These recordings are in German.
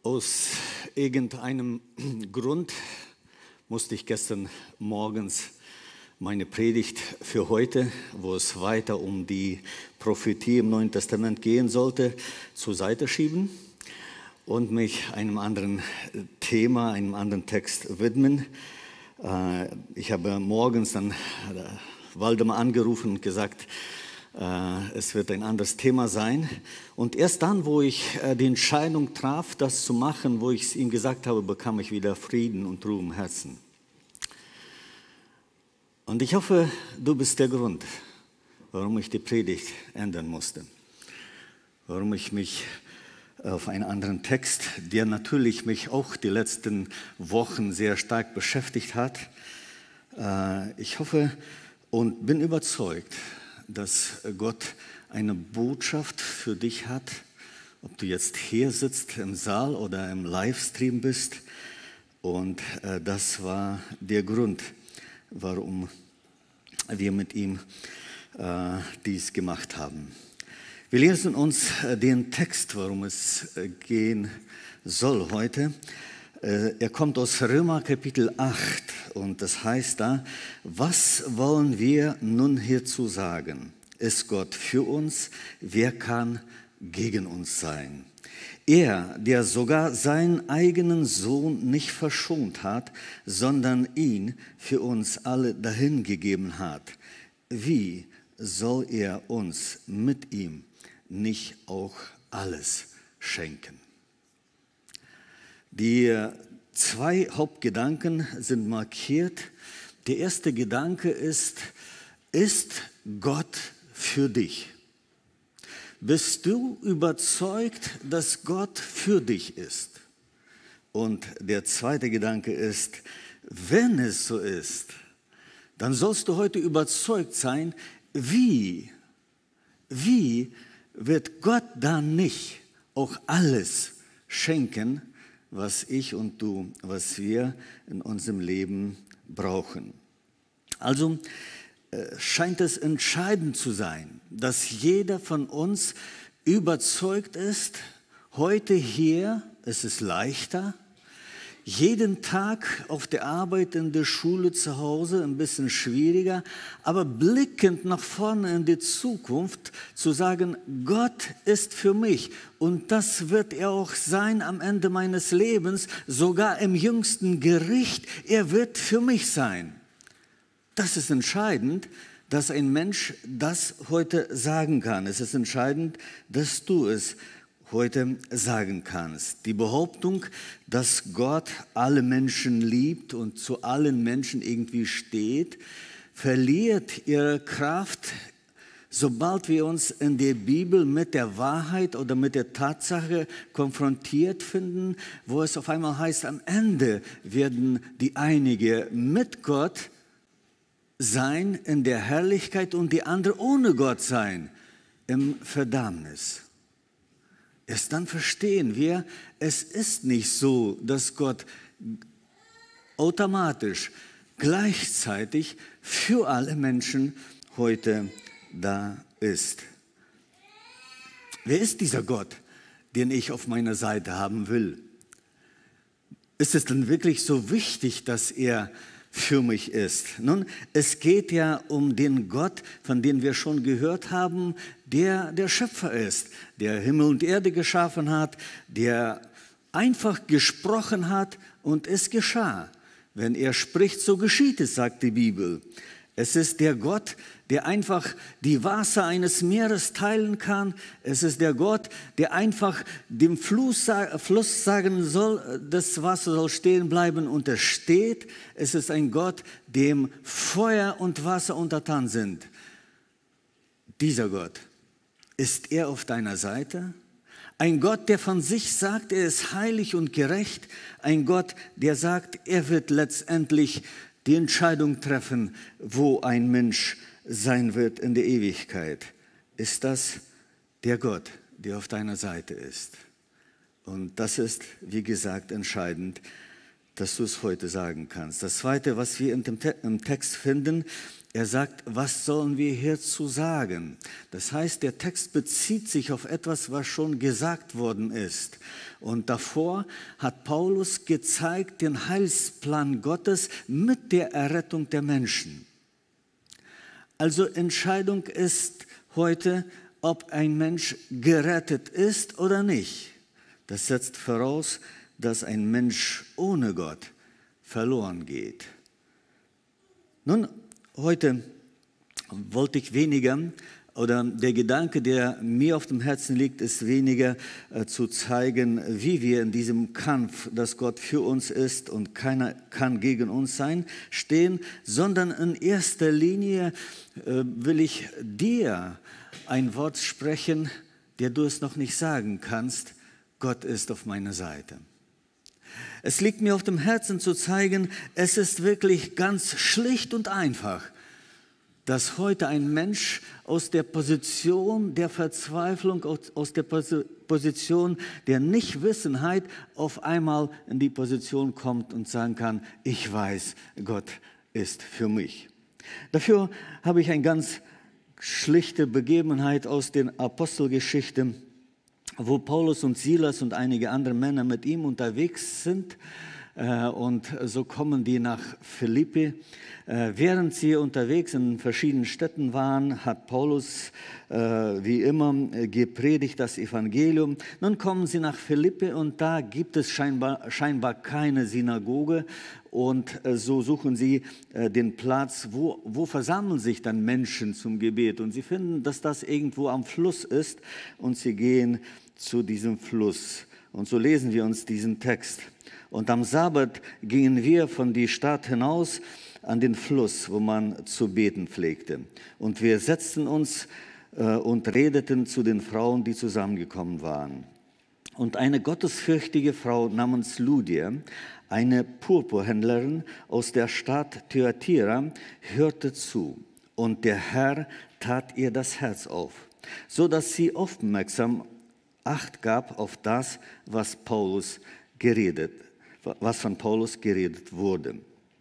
Aus irgendeinem Grund musste ich gestern morgens meine Predigt für heute, wo es weiter um die Prophetie im Neuen Testament gehen sollte, zur Seite schieben und mich einem anderen Thema, einem anderen Text widmen. Ich habe morgens dann Waldemar angerufen und gesagt, es wird ein anderes Thema sein. Und erst dann, wo ich die Entscheidung traf, das zu machen, wo ich es ihm gesagt habe, bekam ich wieder Frieden und Ruhe im Herzen. Und ich hoffe, du bist der Grund, warum ich die Predigt ändern musste. Warum ich mich auf einen anderen Text, der natürlich mich auch die letzten Wochen sehr stark beschäftigt hat. Ich hoffe und bin überzeugt, dass Gott eine Botschaft für dich hat, ob du jetzt hier sitzt im Saal oder im Livestream bist. Und das war der Grund, warum wir mit ihm dies gemacht haben. Wir lesen uns den Text, worum es gehen soll heute. Er kommt aus Römer Kapitel 8 und das heißt da, was wollen wir nun hierzu sagen? Ist Gott für uns? Wer kann gegen uns sein? Er, der sogar seinen eigenen Sohn nicht verschont hat, sondern ihn für uns alle dahingegeben hat. Wie soll er uns mit ihm nicht auch alles schenken? Die zwei Hauptgedanken sind markiert. Der erste Gedanke ist Gott für dich? Bist du überzeugt, dass Gott für dich ist? Und der zweite Gedanke ist, wenn es so ist, dann sollst du heute überzeugt sein, wie wird Gott dann nicht auch alles schenken, was ich und du, was wir in unserem Leben brauchen. Also scheint es entscheidend zu sein, dass jeder von uns überzeugt ist, heute hier ist es leichter, jeden Tag auf der Arbeit, in der Schule, zu Hause ein bisschen schwieriger, aber blickend nach vorne in die Zukunft zu sagen, Gott ist für mich und das wird er auch sein am Ende meines Lebens, sogar im jüngsten Gericht, er wird für mich sein. Das ist entscheidend, dass ein Mensch das heute sagen kann. Es ist entscheidend, dass du es heute sagen kannst. Die Behauptung, dass Gott alle Menschen liebt und zu allen Menschen irgendwie steht, verliert ihre Kraft, sobald wir uns in der Bibel mit der Wahrheit oder mit der Tatsache konfrontiert finden, wo es auf einmal heißt, am Ende werden die Einigen mit Gott sein in der Herrlichkeit und die anderen ohne Gott sein im Verdammnis. Erst dann verstehen wir, es ist nicht so, dass Gott automatisch gleichzeitig für alle Menschen heute da ist. Wer ist dieser Gott, den ich auf meiner Seite haben will? Ist es denn wirklich so wichtig, dass er für mich ist? Nun, es geht ja um den Gott, von dem wir schon gehört haben, der der Schöpfer ist, der Himmel und Erde geschaffen hat, der einfach gesprochen hat und es geschah. Wenn er spricht, so geschieht es, sagt die Bibel. Es ist der Gott, der einfach die Wasser eines Meeres teilen kann. Es ist der Gott, der einfach dem Fluss sagen soll, das Wasser soll stehen bleiben und es steht. Es ist ein Gott, dem Feuer und Wasser untertan sind. Dieser Gott, ist er auf deiner Seite? Ein Gott, der von sich sagt, er ist heilig und gerecht. Ein Gott, der sagt, er wird letztendlich die Entscheidung treffen, wo ein Mensch sein wird in der Ewigkeit. Ist das der Gott, der auf deiner Seite ist? Und das ist, wie gesagt, entscheidend, dass du es heute sagen kannst. Das Zweite, was wir im Text finden, Er sagt, was sollen wir hierzu sagen? Das heißt, der Text bezieht sich auf etwas, was schon gesagt worden ist. Und davor hat Paulus gezeigt den Heilsplan Gottes mit der Errettung der Menschen. Also Entscheidung ist heute, ob ein Mensch gerettet ist oder nicht. Das setzt voraus, dass ein Mensch ohne Gott verloren geht. Nun, heute wollte ich weniger, oder der Gedanke, der mir auf dem Herzen liegt, ist weniger zu zeigen, wie wir in diesem Kampf, dass Gott für uns ist und keiner kann gegen uns sein, stehen, sondern in erster Linie will ich dir ein Wort sprechen, der du es noch nicht sagen kannst: Gott ist auf meiner Seite. Es liegt mir auf dem Herzen zu zeigen, es ist wirklich ganz schlicht und einfach, dass heute ein Mensch aus der Position der Verzweiflung, aus der Position der Nichtwissenheit auf einmal in die Position kommt und sagen kann, ich weiß, Gott ist für mich. Dafür habe ich eine ganz schlichte Begebenheit aus den Apostelgeschichten, wo Paulus und Silas und einige andere Männer mit ihm unterwegs sind. Und so kommen die nach Philippi. Während sie unterwegs in verschiedenen Städten waren, hat Paulus wie immer gepredigt das Evangelium. Nun kommen sie nach Philippi und da gibt es scheinbar keine Synagoge. Und so suchen sie den Platz, wo versammeln sich dann Menschen zum Gebet. Und sie finden, dass das irgendwo am Fluss ist und sie gehen zu diesem Fluss. Und so lesen wir uns diesen Text. Und am Sabbat gingen wir von der Stadt hinaus an den Fluss, wo man zu beten pflegte. Und wir setzten uns und redeten zu den Frauen, die zusammengekommen waren. Und eine gottesfürchtige Frau namens Lydia, eine Purpurhändlerin aus der Stadt Thyatira, hörte zu. Und der Herr tat ihr das Herz auf, so dass sie aufmerksam Acht gab auf das, was von Paulus geredet wurde.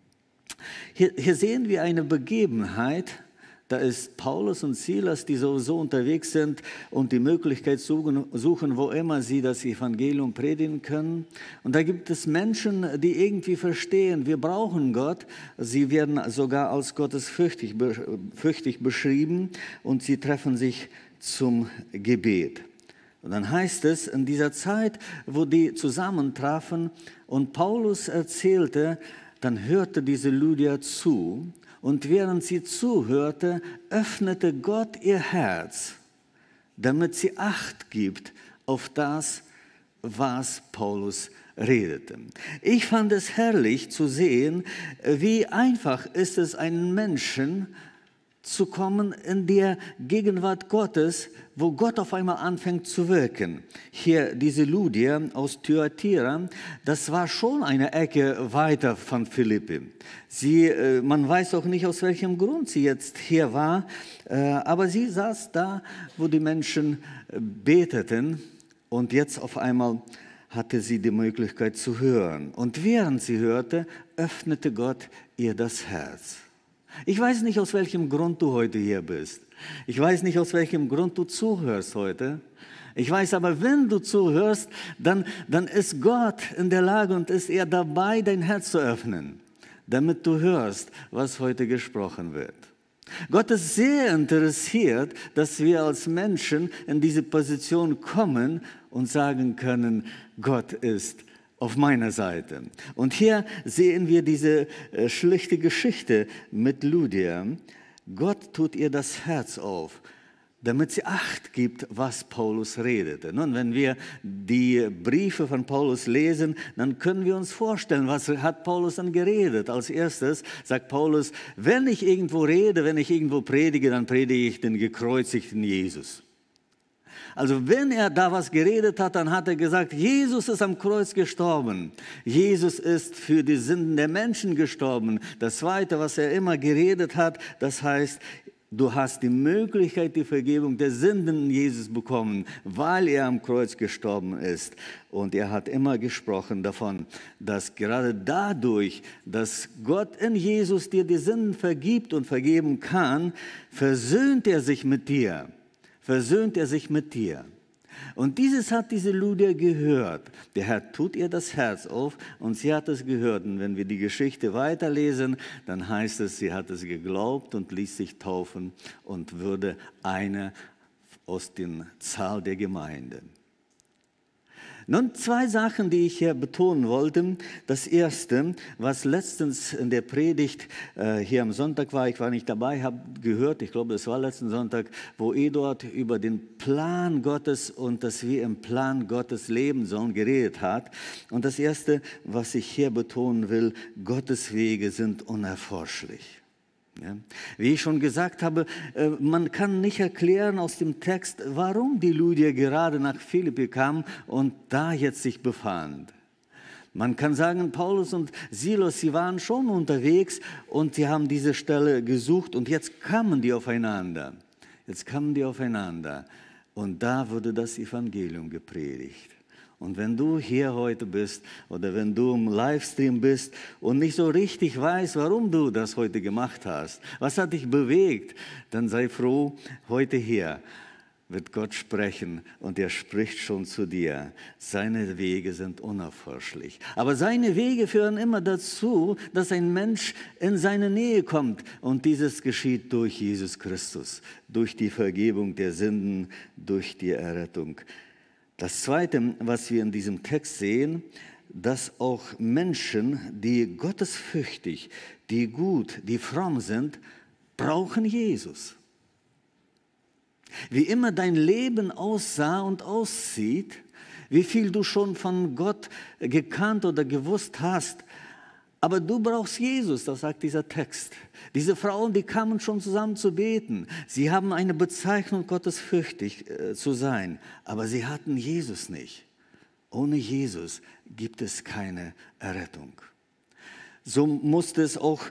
Hier sehen wir eine Begebenheit. Da ist Paulus und Silas, die sowieso unterwegs sind und die Möglichkeit suchen, wo immer sie das Evangelium predigen können. Und da gibt es Menschen, die irgendwie verstehen, wir brauchen Gott. Sie werden sogar als gottesfürchtig beschrieben und sie treffen sich zum Gebet. Und dann heißt es, in dieser Zeit, wo die zusammentrafen und Paulus erzählte, dann hörte diese Lydia zu. Und während sie zuhörte, öffnete Gott ihr Herz, damit sie Acht gibt auf das, was Paulus redete. Ich fand es herrlich zu sehen, wie einfach ist es, einen Menschen zu kommen in der Gegenwart Gottes, wo Gott auf einmal anfängt zu wirken. Hier diese Lydia aus Thyatira, das war schon eine Ecke weiter von Philippi. Man weiß auch nicht, aus welchem Grund sie jetzt hier war, aber sie saß da, wo die Menschen beteten und jetzt auf einmal hatte sie die Möglichkeit zu hören. Und während sie hörte, öffnete Gott ihr das Herz. Ich weiß nicht, aus welchem Grund du heute hier bist. Ich weiß nicht, aus welchem Grund du zuhörst heute. Ich weiß aber, wenn du zuhörst, dann ist Gott in der Lage und ist er dabei, dein Herz zu öffnen, damit du hörst, was heute gesprochen wird. Gott ist sehr interessiert, dass wir als Menschen in diese Position kommen und sagen können, Gott ist auf meiner Seite. Und hier sehen wir diese schlichte Geschichte mit Lydia. Gott tut ihr das Herz auf, damit sie Acht gibt, was Paulus redete. Nun, wenn wir die Briefe von Paulus lesen, dann können wir uns vorstellen, was hat Paulus dann geredet. Als erstes sagt Paulus, wenn ich irgendwo rede, wenn ich irgendwo predige, dann predige ich den gekreuzigten Jesus. Also wenn er da was geredet hat, dann hat er gesagt, Jesus ist am Kreuz gestorben. Jesus ist für die Sünden der Menschen gestorben. Das Zweite, was er immer geredet hat, das heißt, Du hast die Möglichkeit, die Vergebung der Sünden in Jesus bekommen, weil er am Kreuz gestorben ist. Und er hat immer gesprochen davon, dass gerade dadurch, dass Gott in Jesus dir die Sünden vergibt und vergeben kann, versöhnt er sich mit dir. Versöhnt er sich mit dir. Und dieses hat diese Lydia gehört. Der Herr tut ihr das Herz auf und sie hat es gehört. Und wenn wir die Geschichte weiterlesen, dann heißt es, sie hat es geglaubt und ließ sich taufen und wurde eine aus der Zahl der Gemeinde. Nun 2 Sachen, die ich hier betonen wollte. Das erste, was letztens in der Predigt hier am Sonntag war, ich war nicht dabei, habe gehört, ich glaube, es war letzten Sonntag, wo Eduard über den Plan Gottes und dass wir im Plan Gottes leben sollen, geredet hat. Und das erste, was ich hier betonen will, Gottes Wege sind unerforschlich. Ja. Wie ich schon gesagt habe, man kann nicht erklären aus dem Text, warum die Lydia gerade nach Philippi kam und da jetzt sich befand. Man kann sagen, Paulus und Silas, sie waren schon unterwegs und sie haben diese Stelle gesucht und jetzt kamen die aufeinander. Jetzt kamen die aufeinander und da wurde das Evangelium gepredigt. Und wenn du hier heute bist oder wenn du im Livestream bist und nicht so richtig weißt, warum du das heute gemacht hast, was hat dich bewegt, dann sei froh, heute hier wird Gott sprechen und er spricht schon zu dir. Seine Wege sind unerforschlich. Aber seine Wege führen immer dazu, dass ein Mensch in seine Nähe kommt. Und dieses geschieht durch Jesus Christus, durch die Vergebung der Sünden, durch die Errettung. Das Zweite, was wir in diesem Text sehen, dass auch Menschen, die gottesfürchtig, die gut, die fromm sind, brauchen Jesus. Wie immer dein Leben aussah und aussieht, wie viel du schon von Gott gekannt oder gewusst hast, aber du brauchst Jesus, das sagt dieser Text. Diese Frauen, die kamen schon zusammen zu beten. Sie haben eine Bezeichnung, gottesfürchtig zu sein, aber sie hatten Jesus nicht. Ohne Jesus gibt es keine Errettung. So musste es auch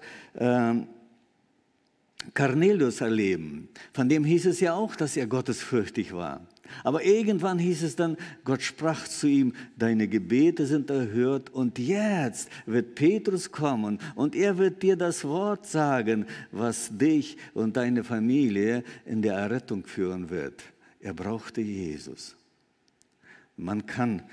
Cornelius erleben. Von dem hieß es ja auch, dass er gottesfürchtig war. Aber irgendwann hieß es dann, Gott sprach zu ihm, deine Gebete sind erhört und jetzt wird Petrus kommen und er wird dir das Wort sagen, was dich und deine Familie in der Errettung führen wird. Er brauchte Jesus. Man kann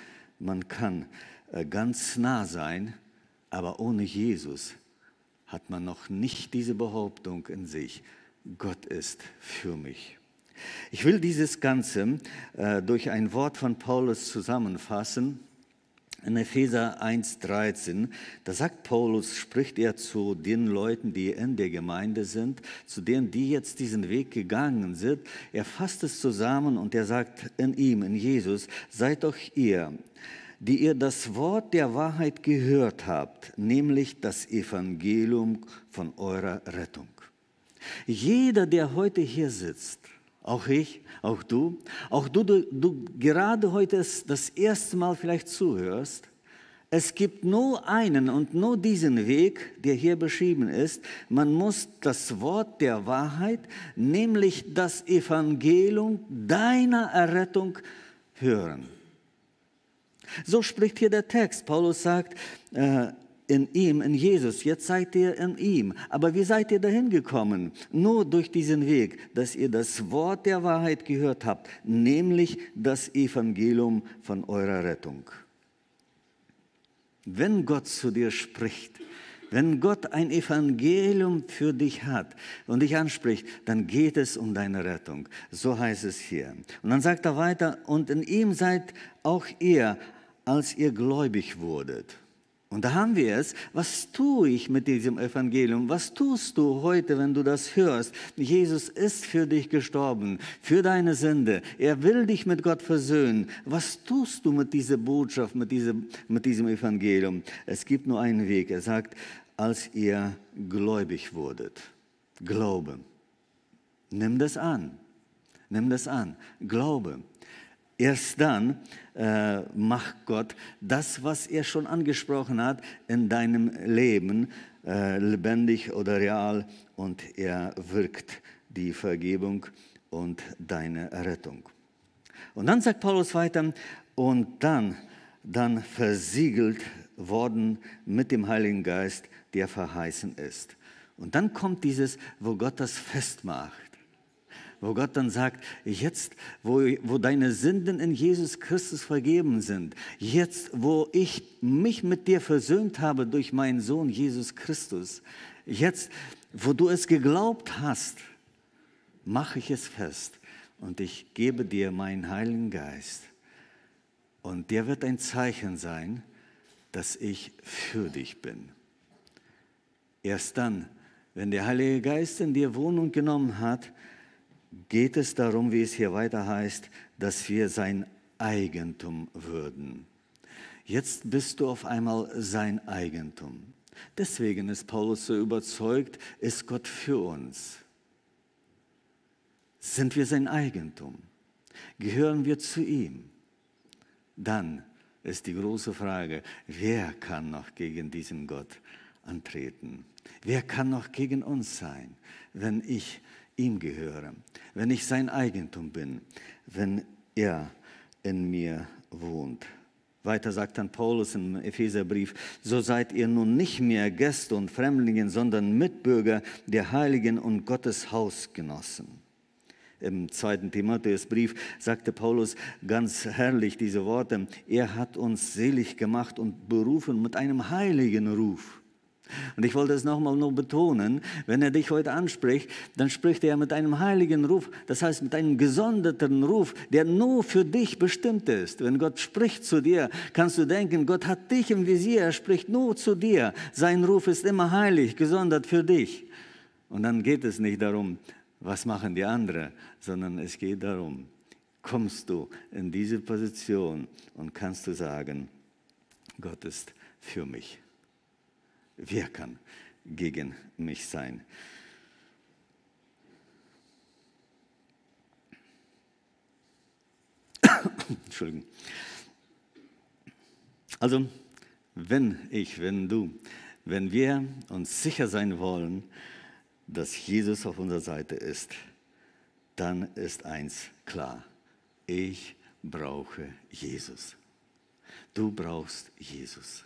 ganz nah sein, aber ohne Jesus hat man noch nicht diese Behauptung in sich, Gott ist für mich. Ich will dieses Ganze durch ein Wort von Paulus zusammenfassen. In Epheser 1,13, da sagt Paulus, spricht er zu den Leuten, die in der Gemeinde sind, zu denen, die jetzt diesen Weg gegangen sind. Er fasst es zusammen und er sagt in ihm, in Jesus, seid doch ihr, die ihr das Wort der Wahrheit gehört habt, nämlich das Evangelium von eurer Rettung. Jeder, der heute hier sitzt, auch ich, auch du gerade heute das erste Mal vielleicht zuhörst, es gibt nur einen und nur diesen Weg, der hier beschrieben ist. Man muss das Wort der Wahrheit, nämlich das Evangelium deiner Errettung hören. So spricht hier der Text. Paulus sagt, in ihm, in Jesus, jetzt seid ihr in ihm. Aber wie seid ihr dahin gekommen? Nur durch diesen Weg, dass ihr das Wort der Wahrheit gehört habt, nämlich das Evangelium von eurer Rettung. Wenn Gott zu dir spricht, wenn Gott ein Evangelium für dich hat und dich anspricht, dann geht es um deine Rettung. So heißt es hier. Und dann sagt er weiter, und in ihm seid auch ihr, als ihr gläubig wurdet. Und da haben wir es. Was tue ich mit diesem Evangelium? Was tust du heute, wenn du das hörst? Jesus ist für dich gestorben, für deine Sünde. Er will dich mit Gott versöhnen. Was tust du mit dieser Botschaft, mit diesem Evangelium? Es gibt nur einen Weg. Er sagt, als ihr gläubig wurdet. Glaube. Nimm das an. Nimm das an. Glaube. Erst dann macht Gott das, was er schon angesprochen hat, in deinem Leben lebendig oder real und er wirkt die Vergebung und deine Errettung. Und dann sagt Paulus weiter, und dann versiegelt worden mit dem Heiligen Geist, der verheißen ist. Und dann kommt dieses, wo Gott das festmacht. Wo Gott dann sagt, jetzt, wo deine Sünden in Jesus Christus vergeben sind, jetzt, wo ich mich mit dir versöhnt habe durch meinen Sohn Jesus Christus, jetzt, wo du es geglaubt hast, mache ich es fest und ich gebe dir meinen Heiligen Geist. Und der wird ein Zeichen sein, dass ich für dich bin. Erst dann, wenn der Heilige Geist in dir Wohnung genommen hat, geht es darum, wie es hier weiter heißt, dass wir sein Eigentum würden. Jetzt bist du auf einmal sein Eigentum. Deswegen ist Paulus so überzeugt, ist Gott für uns. Sind wir sein Eigentum? Gehören wir zu ihm? Dann ist die große Frage, wer kann noch gegen diesen Gott antreten? Wer kann noch gegen uns sein, wenn ich ihm gehöre, wenn ich sein Eigentum bin, wenn er in mir wohnt? Weiter sagt dann Paulus im Epheserbrief, so seid ihr nun nicht mehr Gäste und Fremdlinge, sondern Mitbürger der Heiligen und Gottes Hausgenossen. Im 2. Timotheusbrief sagte Paulus ganz herrlich diese Worte, er hat uns selig gemacht und berufen mit einem heiligen Ruf. Und ich wollte es nochmal nur betonen, wenn er dich heute anspricht, dann spricht er mit einem heiligen Ruf, das heißt mit einem gesonderten Ruf, der nur für dich bestimmt ist. Wenn Gott spricht zu dir, kannst du denken, Gott hat dich im Visier, er spricht nur zu dir. Sein Ruf ist immer heilig, gesondert für dich. Und dann geht es nicht darum, was machen die anderen, sondern es geht darum, kommst du in diese Position und kannst du sagen, Gott ist für mich. Wer kann gegen mich sein? Entschuldigung. Also, wenn wir uns sicher sein wollen, dass Jesus auf unserer Seite ist, dann ist eins klar. Ich brauche Jesus. Du brauchst Jesus.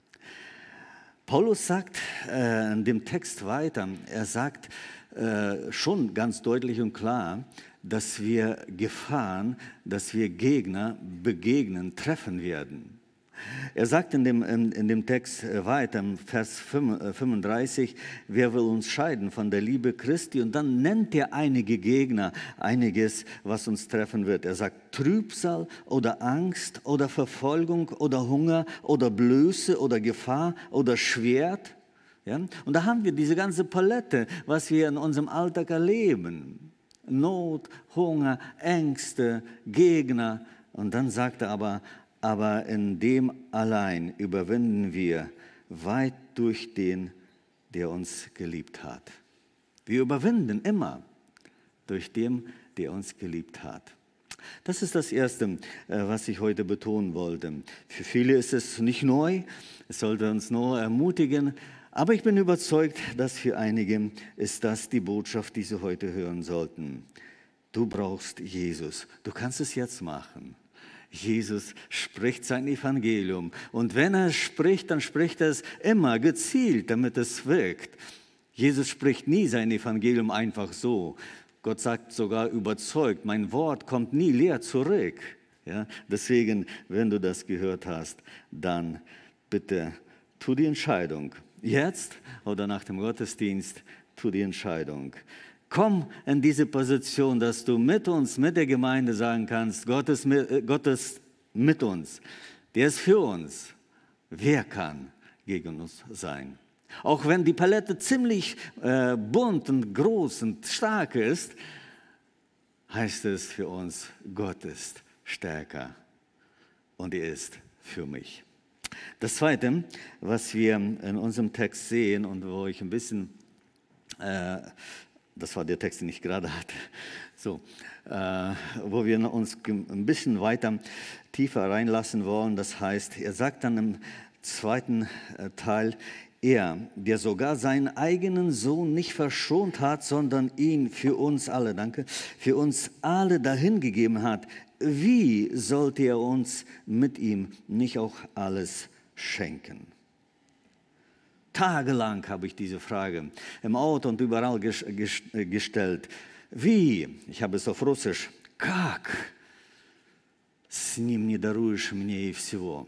Paulus sagt in dem Text weiter, er sagt schon ganz deutlich und klar, dass wir Gefahren, dass wir Gegner begegnen, treffen werden. Er sagt in dem Text weiter, im Vers 35, wer will uns scheiden von der Liebe Christi? Und dann nennt er einige Gegner, einiges, was uns treffen wird. Er sagt Trübsal oder Angst oder Verfolgung oder Hunger oder Blöße oder Gefahr oder Schwert. Ja? Und da haben wir diese ganze Palette, was wir in unserem Alltag erleben. Not, Hunger, Ängste, Gegner. Und dann sagt er aber in dem allein überwinden wir weit durch den, der uns geliebt hat. Wir überwinden immer durch den, der uns geliebt hat. Das ist das Erste, was ich heute betonen wollte. Für viele ist es nicht neu, es sollte uns nur ermutigen, aber ich bin überzeugt, dass für einige ist das die Botschaft, die sie heute hören sollten. Du brauchst Jesus. Du kannst es jetzt machen. Jesus spricht sein Evangelium. Und wenn er spricht, dann spricht er es immer gezielt, damit es wirkt. Jesus spricht nie sein Evangelium einfach so. Gott sagt sogar überzeugt, mein Wort kommt nie leer zurück. Ja? Deswegen, wenn du das gehört hast, dann bitte tu die Entscheidung. Jetzt oder nach dem Gottesdienst, tu die Entscheidung. Komm in diese Position, dass du mit uns, mit der Gemeinde sagen kannst, Gott ist mit uns, der ist für uns. Wer kann gegen uns sein? Auch wenn die Palette ziemlich bunt und groß und stark ist, heißt es für uns, Gott ist stärker und er ist für mich. Das Zweite, was wir in unserem Text sehen und wo ich ein bisschen... das war der Text, den ich gerade hatte, so, wo wir uns ein bisschen weiter tiefer reinlassen wollen. Das heißt, er sagt dann im zweiten Teil, Er, der sogar seinen eigenen Sohn nicht verschont hat, sondern ihn für uns alle, für uns alle dahingegeben hat, wie sollte er uns mit ihm nicht auch alles schenken? Tagelang habe ich diese Frage im Auto und überall gestellt. Wie? Ich habe es auf Russisch. Как? С ним не даруешь мне и всего.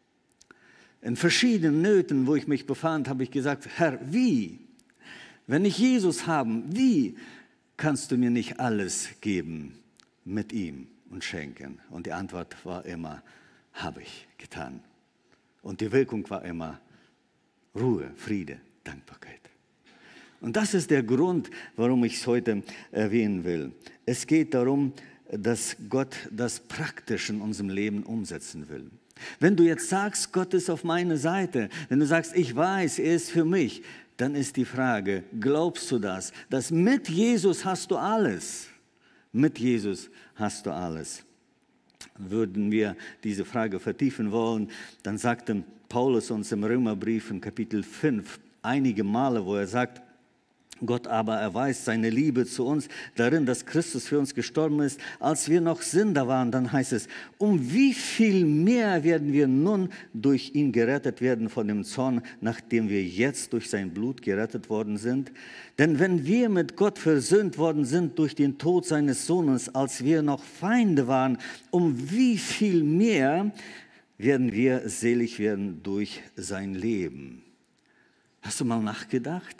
In verschiedenen Nöten, wo ich mich befand, habe ich gesagt, Herr, wie? Wenn ich Jesus habe, wie kannst du mir nicht alles geben mit ihm und schenken? Und die Antwort war immer, habe ich getan. Und die Wirkung war immer Ruhe, Friede, Dankbarkeit. Und das ist der Grund, warum ich es heute erwähnen will. Es geht darum, dass Gott das praktisch in unserem Leben umsetzen will. Wenn du jetzt sagst, Gott ist auf meiner Seite, wenn du sagst, ich weiß, er ist für mich, dann ist die Frage, glaubst du das? Dass mit Jesus hast du alles. Mit Jesus hast du alles. Würden wir diese Frage vertiefen wollen, dann sagte Paulus uns im Römerbrief in Kapitel 5 einige Male, wo er sagt, Gott aber erweist seine Liebe zu uns darin, dass Christus für uns gestorben ist, als wir noch Sünder waren. Dann heißt es, um wie viel mehr werden wir nun durch ihn gerettet werden von dem Zorn, nachdem wir jetzt durch sein Blut gerettet worden sind? Denn wenn wir mit Gott versöhnt worden sind durch den Tod seines Sohnes, als wir noch Feinde waren, um wie viel mehr werden wir selig werden durch sein Leben? Hast du mal nachgedacht?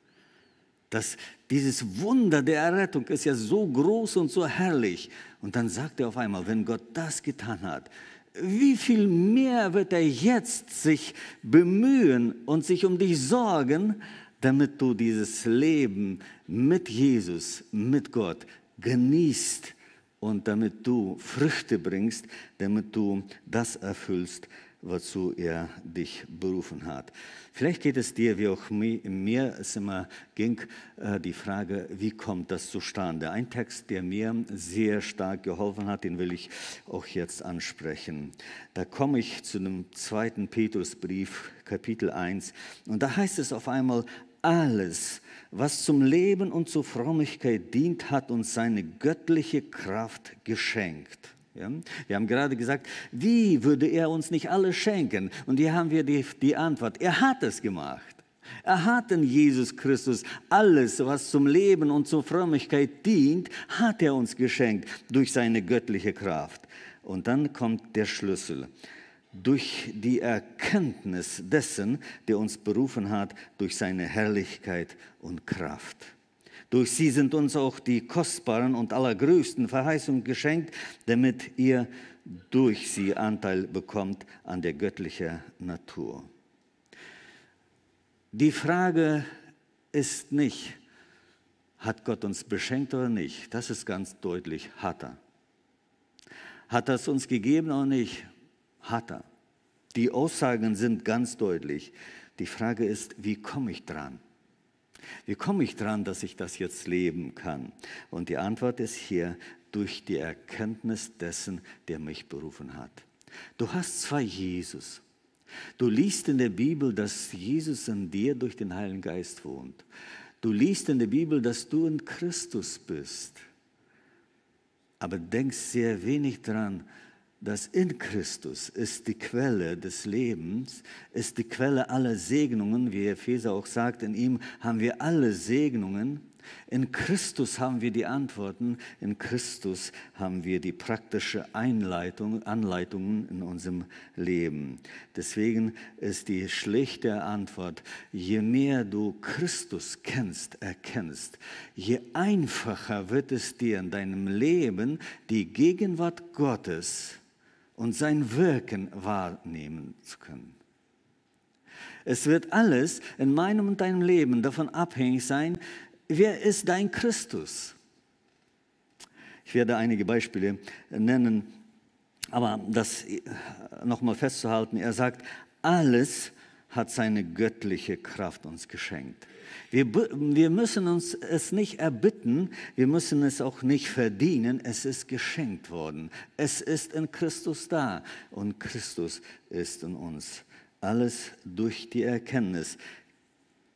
Dass dieses Wunder der Errettung ist ja so groß und so herrlich. Und dann sagt er auf einmal, wenn Gott das getan hat, wie viel mehr wird er jetzt sich bemühen und sich um dich sorgen, damit du dieses Leben mit Jesus, mit Gott genießt und damit du Früchte bringst, damit du das erfüllst, wozu er dich berufen hat. Vielleicht geht es dir, wie auch mir es immer ging, die Frage, wie kommt das zustande? Ein Text, der mir sehr stark geholfen hat, den will ich auch jetzt ansprechen. Da komme ich zu dem 2. Petrusbrief, Kapitel 1, und da heißt es auf einmal, alles, was zum Leben und zur Frömmigkeit dient, hat uns seine göttliche Kraft geschenkt. Ja? Wir haben gerade gesagt, wie würde er uns nicht alles schenken? Und hier haben wir die Antwort, er hat es gemacht. Er hat in Jesus Christus alles, was zum Leben und zur Frömmigkeit dient, hat er uns geschenkt durch seine göttliche Kraft. Und dann kommt der Schlüssel. Durch die Erkenntnis dessen, der uns berufen hat, durch seine Herrlichkeit und Kraft. Durch sie sind uns auch die kostbaren und allergrößten Verheißungen geschenkt, damit ihr durch sie Anteil bekommt an der göttlichen Natur. Die Frage ist nicht, hat Gott uns beschenkt oder nicht? Das ist ganz deutlich, hat er. Hat er es uns gegeben oder nicht? Hat er. Die Aussagen sind ganz deutlich. Die Frage ist, wie komme ich dran? Wie komme ich dran, dass ich das jetzt leben kann? Und die Antwort ist hier, durch die Erkenntnis dessen, der mich berufen hat. Du hast zwar Jesus. Du liest in der Bibel, dass Jesus in dir durch den Heiligen Geist wohnt. Du liest in der Bibel, dass du in Christus bist. Aber denkst sehr wenig dran, dass in Christus ist die Quelle des Lebens, ist die Quelle aller Segnungen, wie Epheser auch sagt, in ihm haben wir alle Segnungen. In Christus haben wir die Antworten, in Christus haben wir die praktische Anleitungen in unserem Leben. Deswegen ist die schlichte Antwort, je mehr du Christus erkennst, je einfacher wird es dir in deinem Leben, die Gegenwart Gottes und sein Wirken wahrnehmen zu können. Es wird alles in meinem und deinem Leben davon abhängig sein, wer ist dein Christus? Ich werde einige Beispiele nennen, aber das nochmal festzuhalten, er sagt, alles hat seine göttliche Kraft uns geschenkt. Wir müssen uns es nicht erbitten, wir müssen es auch nicht verdienen, es ist geschenkt worden. Es ist in Christus da und Christus ist in uns. Alles durch die Erkenntnis.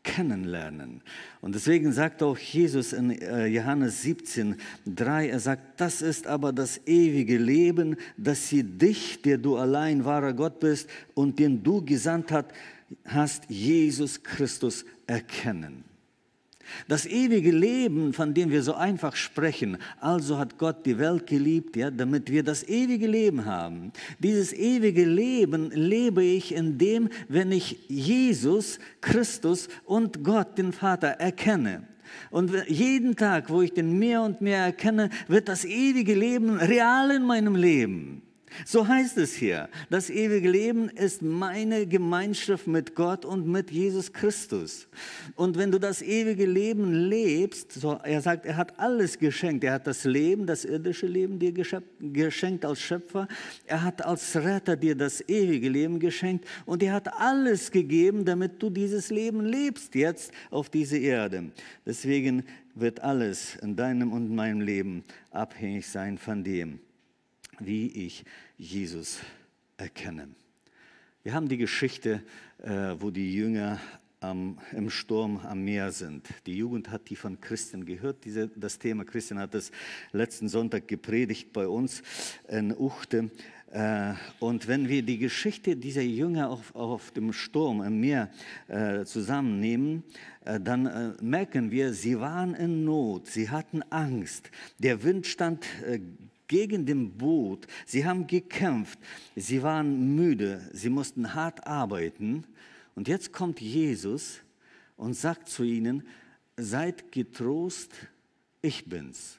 kennenlernen. Und deswegen sagt auch Jesus in Johannes 17,3, er sagt, das ist aber das ewige Leben, dass sie dich, der du allein wahrer Gott bist und den du gesandt hast, Jesus Christus, erkennen. Das ewige Leben, von dem wir so einfach sprechen, also hat Gott die Welt geliebt, ja, damit wir das ewige Leben haben. Dieses ewige Leben lebe ich wenn ich Jesus Christus und Gott, den Vater, erkenne. Und jeden Tag, wo ich den mehr und mehr erkenne, wird das ewige Leben real in meinem Leben. So heißt es hier, das ewige Leben ist meine Gemeinschaft mit Gott und mit Jesus Christus. Und wenn du das ewige Leben lebst, so er sagt, er hat alles geschenkt. Er hat das Leben, das irdische Leben dir geschenkt als Schöpfer. Er hat als Retter dir das ewige Leben geschenkt. Und er hat alles gegeben, damit du dieses Leben lebst jetzt auf dieser Erde. Deswegen wird alles in deinem und meinem Leben abhängig sein von dem, wie ich Jesus erkenne. Wir haben die Geschichte, wo die Jünger im Sturm am Meer sind. Die Jugend hat die von Christian gehört. Das Thema, Christian hat das letzten Sonntag gepredigt bei uns in Uchte. Und wenn wir die Geschichte dieser Jünger auf dem Sturm im Meer zusammennehmen, dann merken wir, sie waren in Not, sie hatten Angst. Der Wind stand gegen dem Boot. Sie haben gekämpft. Sie waren müde. Sie mussten hart arbeiten. Und jetzt kommt Jesus und sagt zu ihnen, seid getrost, ich bin's.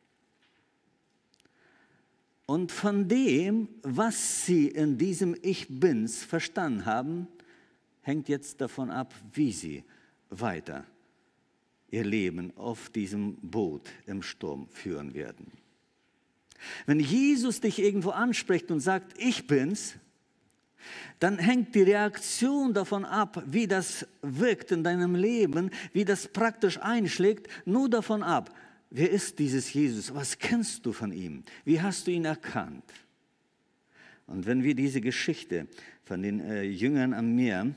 Und von dem, was sie in diesem Ich bin's verstanden haben, hängt jetzt davon ab, wie sie weiter ihr Leben auf diesem Boot im Sturm führen werden. Wenn Jesus dich irgendwo anspricht und sagt, ich bin's, dann hängt die Reaktion davon ab, wie das wirkt in deinem Leben, wie das praktisch einschlägt, nur davon ab, wer ist dieses Jesus, was kennst du von ihm, wie hast du ihn erkannt? Und wenn wir diese Geschichte von den Jüngern am Meer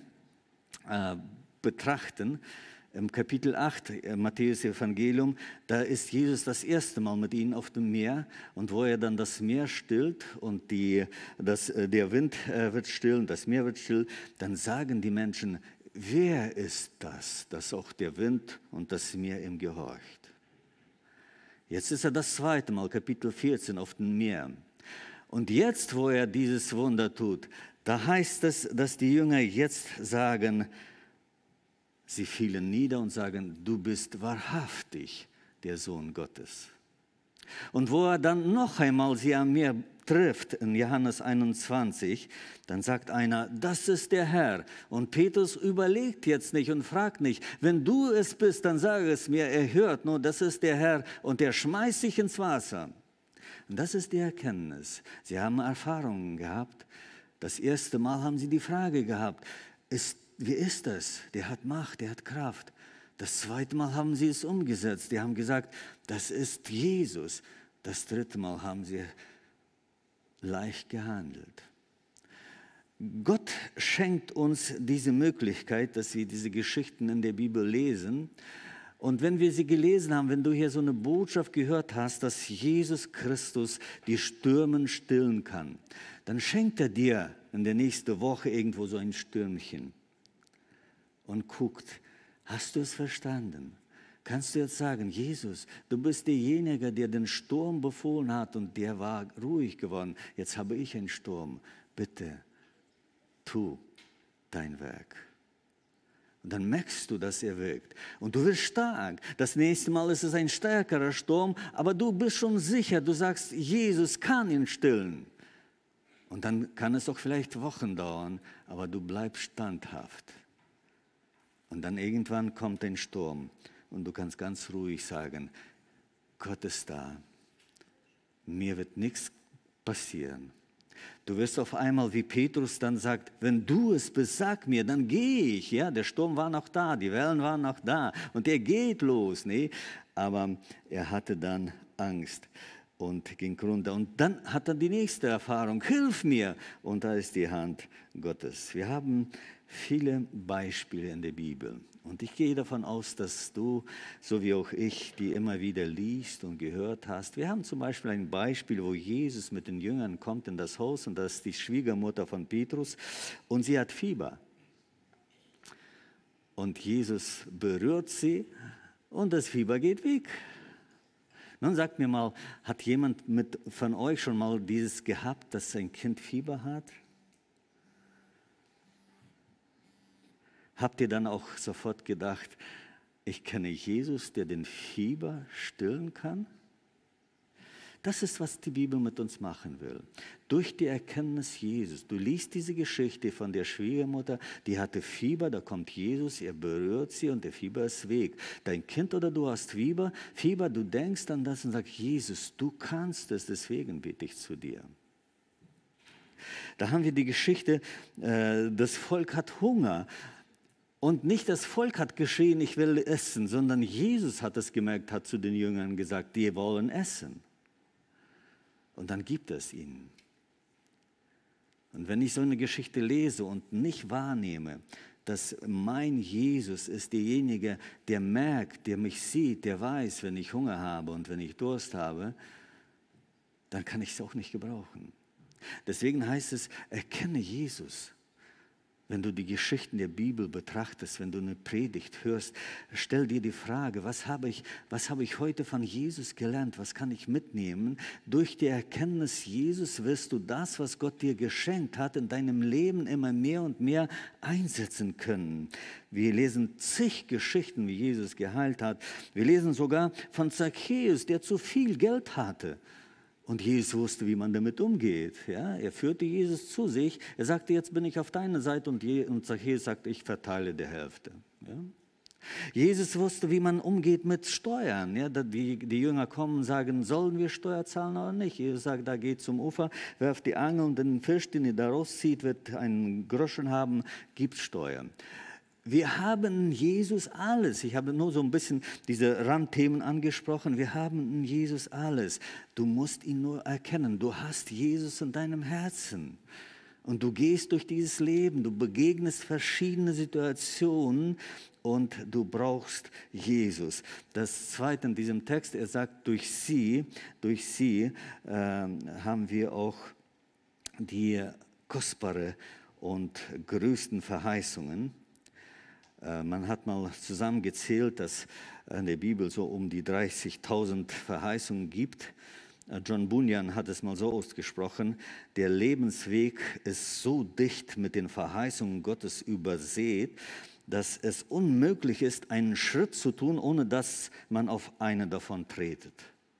betrachten, im Kapitel 8, Matthäus Evangelium, da ist Jesus das erste Mal mit ihnen auf dem Meer und wo er dann das Meer stillt und der Wind wird still und das Meer wird still, dann sagen die Menschen, wer ist das, dass auch der Wind und das Meer ihm gehorcht? Jetzt ist er das zweite Mal, Kapitel 14, auf dem Meer. Und jetzt, wo er dieses Wunder tut, da heißt es, dass die Jünger jetzt sagen, sie fielen nieder und sagen, du bist wahrhaftig der Sohn Gottes. Und wo er dann noch einmal sie am Meer trifft, in Johannes 21, dann sagt einer, das ist der Herr. Und Petrus überlegt jetzt nicht und fragt nicht, wenn du es bist, dann sage es mir. Er hört nur, das ist der Herr und der schmeißt sich ins Wasser. Und das ist die Erkenntnis. Sie haben Erfahrungen gehabt. Das erste Mal haben sie die Frage gehabt, wie ist das? Der hat Macht, der hat Kraft. Das zweite Mal haben sie es umgesetzt. Die haben gesagt, das ist Jesus. Das dritte Mal haben sie leicht gehandelt. Gott schenkt uns diese Möglichkeit, dass wir diese Geschichten in der Bibel lesen. Und wenn wir sie gelesen haben, wenn du hier so eine Botschaft gehört hast, dass Jesus Christus die Stürme stillen kann, dann schenkt er dir in der nächsten Woche irgendwo so ein Stürmchen und guckt, hast du es verstanden? Kannst du jetzt sagen, Jesus, du bist derjenige, der den Sturm befohlen hat und der war ruhig geworden. Jetzt habe ich einen Sturm. Bitte, tu dein Werk. Und dann merkst du, dass er wirkt. Und du wirst stark. Das nächste Mal ist es ein stärkerer Sturm, aber du bist schon sicher, du sagst, Jesus kann ihn stillen. Und dann kann es auch vielleicht Wochen dauern, aber du bleibst standhaft. Und dann irgendwann kommt ein Sturm und du kannst ganz ruhig sagen, Gott ist da, mir wird nichts passieren. Du wirst auf einmal, wie Petrus dann sagt, wenn du es bist, sag mir, dann gehe ich. Ja, der Sturm war noch da, die Wellen waren noch da und er geht los. Nee, aber er hatte dann Angst und ging runter. Und dann hat er die nächste Erfahrung, hilf mir. Und da ist die Hand Gottes. Wir haben viele Beispiele in der Bibel. Und ich gehe davon aus, dass du, so wie auch ich, die immer wieder liest und gehört hast. Wir haben zum Beispiel ein Beispiel, wo Jesus mit den Jüngern kommt in das Haus und das ist die Schwiegermutter von Petrus und sie hat Fieber. Und Jesus berührt sie und das Fieber geht weg. Nun sagt mir mal, hat jemand von euch schon mal dieses gehabt, dass sein Kind Fieber hat? Habt ihr dann auch sofort gedacht, ich kenne Jesus, der den Fieber stillen kann? Das ist, was die Bibel mit uns machen will. Durch die Erkenntnis Jesus. Du liest diese Geschichte von der Schwiegermutter, die hatte Fieber, da kommt Jesus, er berührt sie und der Fieber ist weg. Dein Kind oder du hast Fieber, du denkst an das und sagst, Jesus, du kannst es, deswegen bete ich zu dir. Da haben wir die Geschichte, das Volk hat Hunger. Und nicht das Volk hat geschrien, ich will essen, sondern Jesus hat es gemerkt, hat zu den Jüngern gesagt, die wollen essen. Und dann gibt es ihnen. Und wenn ich so eine Geschichte lese und nicht wahrnehme, dass mein Jesus ist derjenige, der merkt, der mich sieht, der weiß, wenn ich Hunger habe und wenn ich Durst habe, dann kann ich es auch nicht gebrauchen. Deswegen heißt es, erkenne Jesus. Wenn du die Geschichten der Bibel betrachtest, wenn du eine Predigt hörst, stell dir die Frage, was habe ich heute von Jesus gelernt? Was kann ich mitnehmen? Durch die Erkenntnis Jesus wirst du das, was Gott dir geschenkt hat, in deinem Leben immer mehr und mehr einsetzen können. Wir lesen zig Geschichten, wie Jesus geheilt hat. Wir lesen sogar von Zachäus, der zu viel Geld hatte. Und Jesus wusste, wie man damit umgeht. Ja, er führte Jesus zu sich. Er sagte, jetzt bin ich auf deiner Seite. Und Zachäus sagte, ich verteile die Hälfte. Ja. Jesus wusste, wie man umgeht mit Steuern. Ja, die Jünger kommen und sagen, sollen wir Steuer zahlen oder nicht? Jesus sagt, da geht zum Ufer, werft die Angel und den Fisch, den ihr da rauszieht, wird einen Groschen haben, gibt Steuer. Wir haben in Jesus alles. Ich habe nur so ein bisschen diese Randthemen angesprochen. Wir haben in Jesus alles. Du musst ihn nur erkennen. Du hast Jesus in deinem Herzen. Und du gehst durch dieses Leben. Du begegnest verschiedene Situationen und du brauchst Jesus. Das Zweite in diesem Text, er sagt, durch sie haben wir auch die kostbare und größten Verheißungen. Man hat mal zusammengezählt, dass in der Bibel so um die 30.000 Verheißungen gibt. John Bunyan hat es mal so ausgesprochen, der Lebensweg ist so dicht mit den Verheißungen Gottes übersät, dass es unmöglich ist, einen Schritt zu tun, ohne dass man auf eine davon tretet.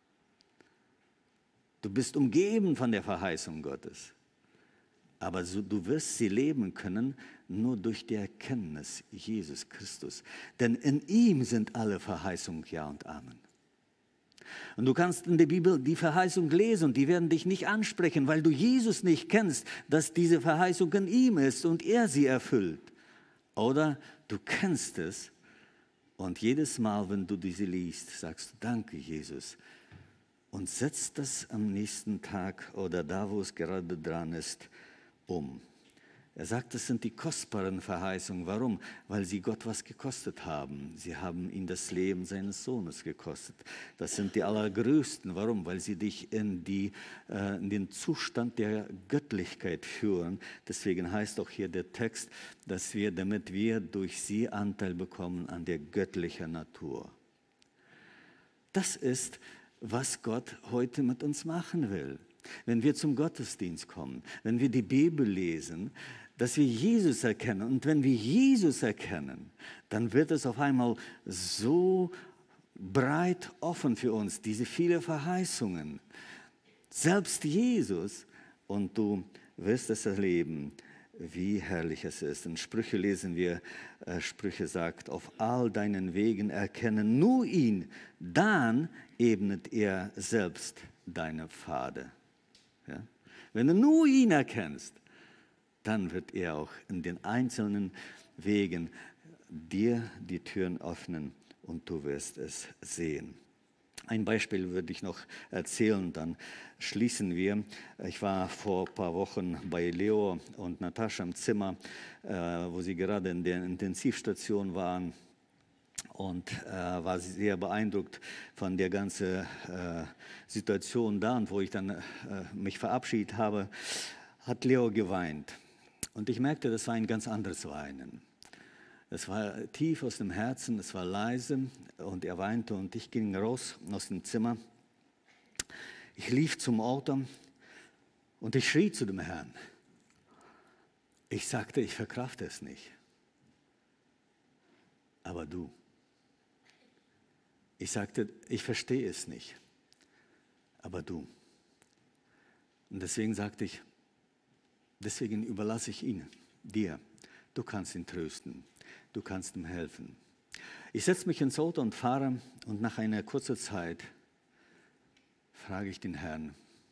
Du bist umgeben von der Verheißung Gottes. Aber du wirst sie leben können, nur durch die Erkenntnis Jesus Christus. Denn in ihm sind alle Verheißungen Ja und Amen. Und du kannst in der Bibel die Verheißung lesen und die werden dich nicht ansprechen, weil du Jesus nicht kennst, dass diese Verheißung in ihm ist und er sie erfüllt. Oder du kennst es und jedes Mal, wenn du diese liest, sagst du, danke Jesus. Und setzt das am nächsten Tag oder da, wo es gerade dran ist, um. Er sagt, das sind die kostbaren Verheißungen. Warum? Weil sie Gott was gekostet haben. Sie haben ihn das Leben seines Sohnes gekostet. Das sind die allergrößten. Warum? Weil sie dich in den Zustand der Göttlichkeit führen. Deswegen heißt auch hier der Text, damit wir durch sie Anteil bekommen an der göttlichen Natur. Das ist, was Gott heute mit uns machen will. Wenn wir zum Gottesdienst kommen, wenn wir die Bibel lesen, dass wir Jesus erkennen. Und wenn wir Jesus erkennen, dann wird es auf einmal so breit offen für uns, diese vielen Verheißungen. Selbst Jesus, und du wirst es erleben, wie herrlich es ist. In Sprüche lesen wir, Sprüche sagt, auf all deinen Wegen erkenne nur ihn, dann ebnet er selbst deine Pfade. Ja? Wenn du nur ihn erkennst, dann wird er auch in den einzelnen Wegen dir die Türen öffnen und du wirst es sehen. Ein Beispiel würde ich noch erzählen, dann schließen wir. Ich war vor ein paar Wochen bei Leo und Natascha im Zimmer, wo sie gerade in der Intensivstation waren. und war sehr beeindruckt von der ganzen Situation da. Und wo ich dann mich verabschiedet habe, hat Leo geweint. Und ich merkte, das war ein ganz anderes Weinen. Es war tief aus dem Herzen, es war leise und er weinte und ich ging raus aus dem Zimmer. Ich lief zum Auto und ich schrie zu dem Herrn. Ich sagte, ich verkrafte es nicht. Aber du. Ich sagte, ich verstehe es nicht. Aber du. Und deswegen sagte ich, deswegen überlasse ich ihn dir. Du kannst ihn trösten. Du kannst ihm helfen. Ich setze mich ins Auto und fahre und nach einer kurzen Zeit frage ich den Herrn,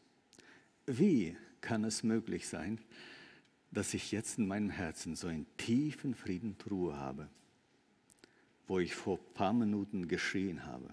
wie kann es möglich sein, dass ich jetzt in meinem Herzen so einen tiefen Frieden und Ruhe habe, wo ich vor ein paar Minuten geschrien habe.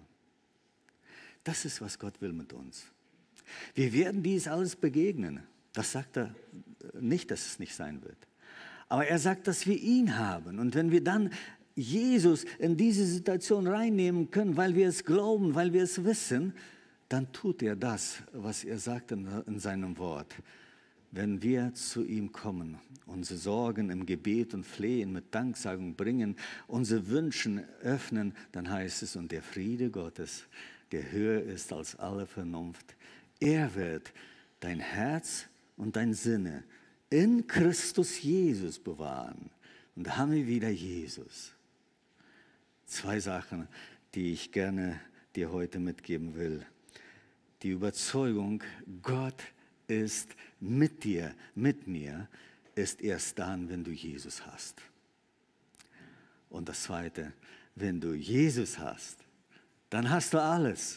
Das ist, was Gott will mit uns. Wir werden dies alles begegnen. Das sagt er nicht, dass es nicht sein wird. Aber er sagt, dass wir ihn haben. Und wenn wir dann Jesus in diese Situation reinnehmen können, weil wir es glauben, weil wir es wissen, dann tut er das, was er sagt in seinem Wort. Wenn wir zu ihm kommen, unsere Sorgen im Gebet und Flehen mit Danksagung bringen, unsere Wünsche öffnen, dann heißt es, und der Friede Gottes, der höher ist als alle Vernunft, er wird dein Herz und dein Sinne in Christus Jesus bewahren. Und da haben wir wieder Jesus. 2 Sachen, die ich gerne dir heute mitgeben will. Die Überzeugung, Gott ist mit dir, mit mir, ist erst dann, wenn du Jesus hast. Und das Zweite, wenn du Jesus hast, dann hast du alles.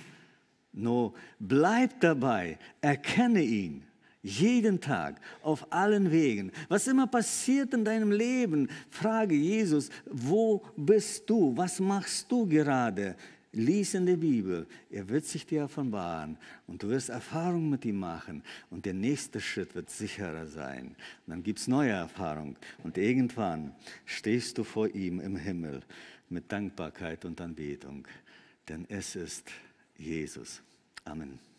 Nur bleib dabei, erkenne ihn. Jeden Tag, auf allen Wegen. Was immer passiert in deinem Leben, frage Jesus, wo bist du? Was machst du gerade? Lies in der Bibel. Er wird sich dir offenbaren und du wirst Erfahrungen mit ihm machen. Und der nächste Schritt wird sicherer sein. Und dann gibt es neue Erfahrungen. Und irgendwann stehst du vor ihm im Himmel mit Dankbarkeit und Anbetung. Denn es ist Jesus. Amen.